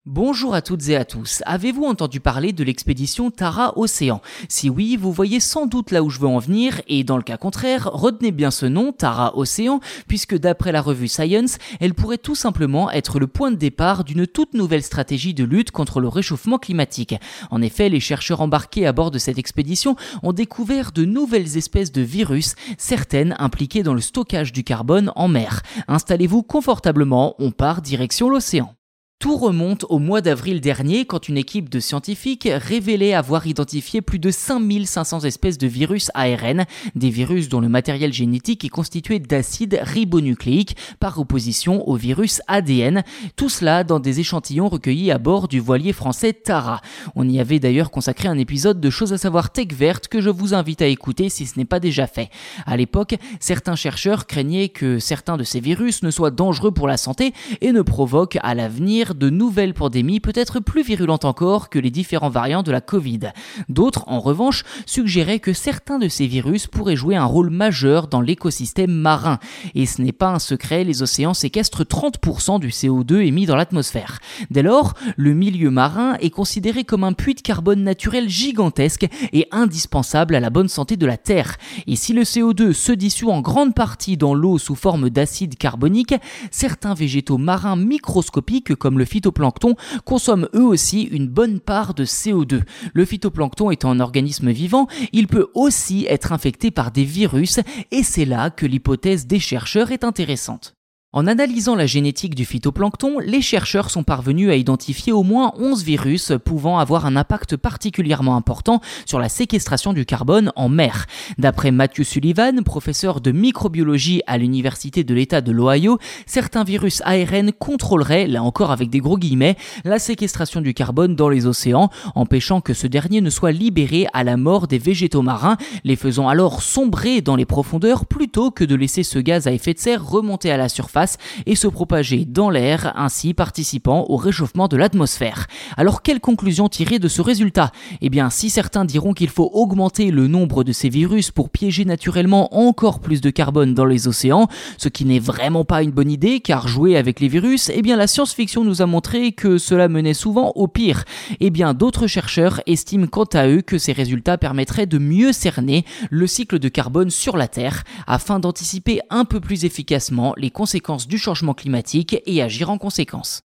Bonjour à toutes et à tous. Avez-vous entendu parler de l'expédition Tara Océan? Si oui, vous voyez sans doute là où je veux en venir et dans le cas contraire, retenez bien ce nom, Tara Océan, puisque d'après la revue Science, elle pourrait tout simplement être le point de départ d'une toute nouvelle stratégie de lutte contre le réchauffement climatique. En effet, les chercheurs embarqués à bord de cette expédition ont découvert de nouvelles espèces de virus, certaines impliquées dans le stockage du carbone en mer. Installez-vous confortablement, on part direction l'océan. Tout remonte au mois d'avril dernier quand une équipe de scientifiques révélait avoir identifié plus de 5500 espèces de virus ARN, des virus dont le matériel génétique est constitué d'acides ribonucléiques par opposition au virus ADN, tout cela dans des échantillons recueillis à bord du voilier français Tara. On y avait d'ailleurs consacré un épisode de Choses à savoir tech verte que je vous invite à écouter si ce n'est pas déjà fait. À l'époque, certains chercheurs craignaient que certains de ces virus ne soient dangereux pour la santé et ne provoquent à l'avenir de nouvelles pandémies peut-être plus virulentes encore que les différents variants de la Covid. D'autres, en revanche, suggéraient que certains de ces virus pourraient jouer un rôle majeur dans l'écosystème marin. Et ce n'est pas un secret, les océans séquestrent 30% du CO2 émis dans l'atmosphère. Dès lors, le milieu marin est considéré comme un puits de carbone naturel gigantesque et indispensable à la bonne santé de la Terre. Et si le CO2 se dissout en grande partie dans l'eau sous forme d'acide carbonique, certains végétaux marins microscopiques comme le phytoplancton consomment eux aussi une bonne part de CO2. Le phytoplancton étant un organisme vivant, il peut aussi être infecté par des virus et c'est là que l'hypothèse des chercheurs est intéressante. En analysant la génétique du phytoplancton, les chercheurs sont parvenus à identifier au moins 11 virus pouvant avoir un impact particulièrement important sur la séquestration du carbone en mer. D'après Matthew Sullivan, professeur de microbiologie à l'université de l'État de l'Ohio, certains virus ARN contrôleraient, là encore avec des gros guillemets, la séquestration du carbone dans les océans, empêchant que ce dernier ne soit libéré à la mort des végétaux marins, les faisant alors sombrer dans les profondeurs plutôt que de laisser ce gaz à effet de serre remonter à la surface et se propager dans l'air, ainsi participant au réchauffement de l'atmosphère. Alors quelle conclusion tirer de ce résultat? Eh bien, si certains diront qu'il faut augmenter le nombre de ces virus pour piéger naturellement encore plus de carbone dans les océans, ce qui n'est vraiment pas une bonne idée car jouer avec les virus, eh bien la science-fiction nous a montré que cela menait souvent au pire. Eh bien, d'autres chercheurs estiment quant à eux que ces résultats permettraient de mieux cerner le cycle de carbone sur la Terre afin d'anticiper un peu plus efficacement les conséquences du changement climatique et agir en conséquence.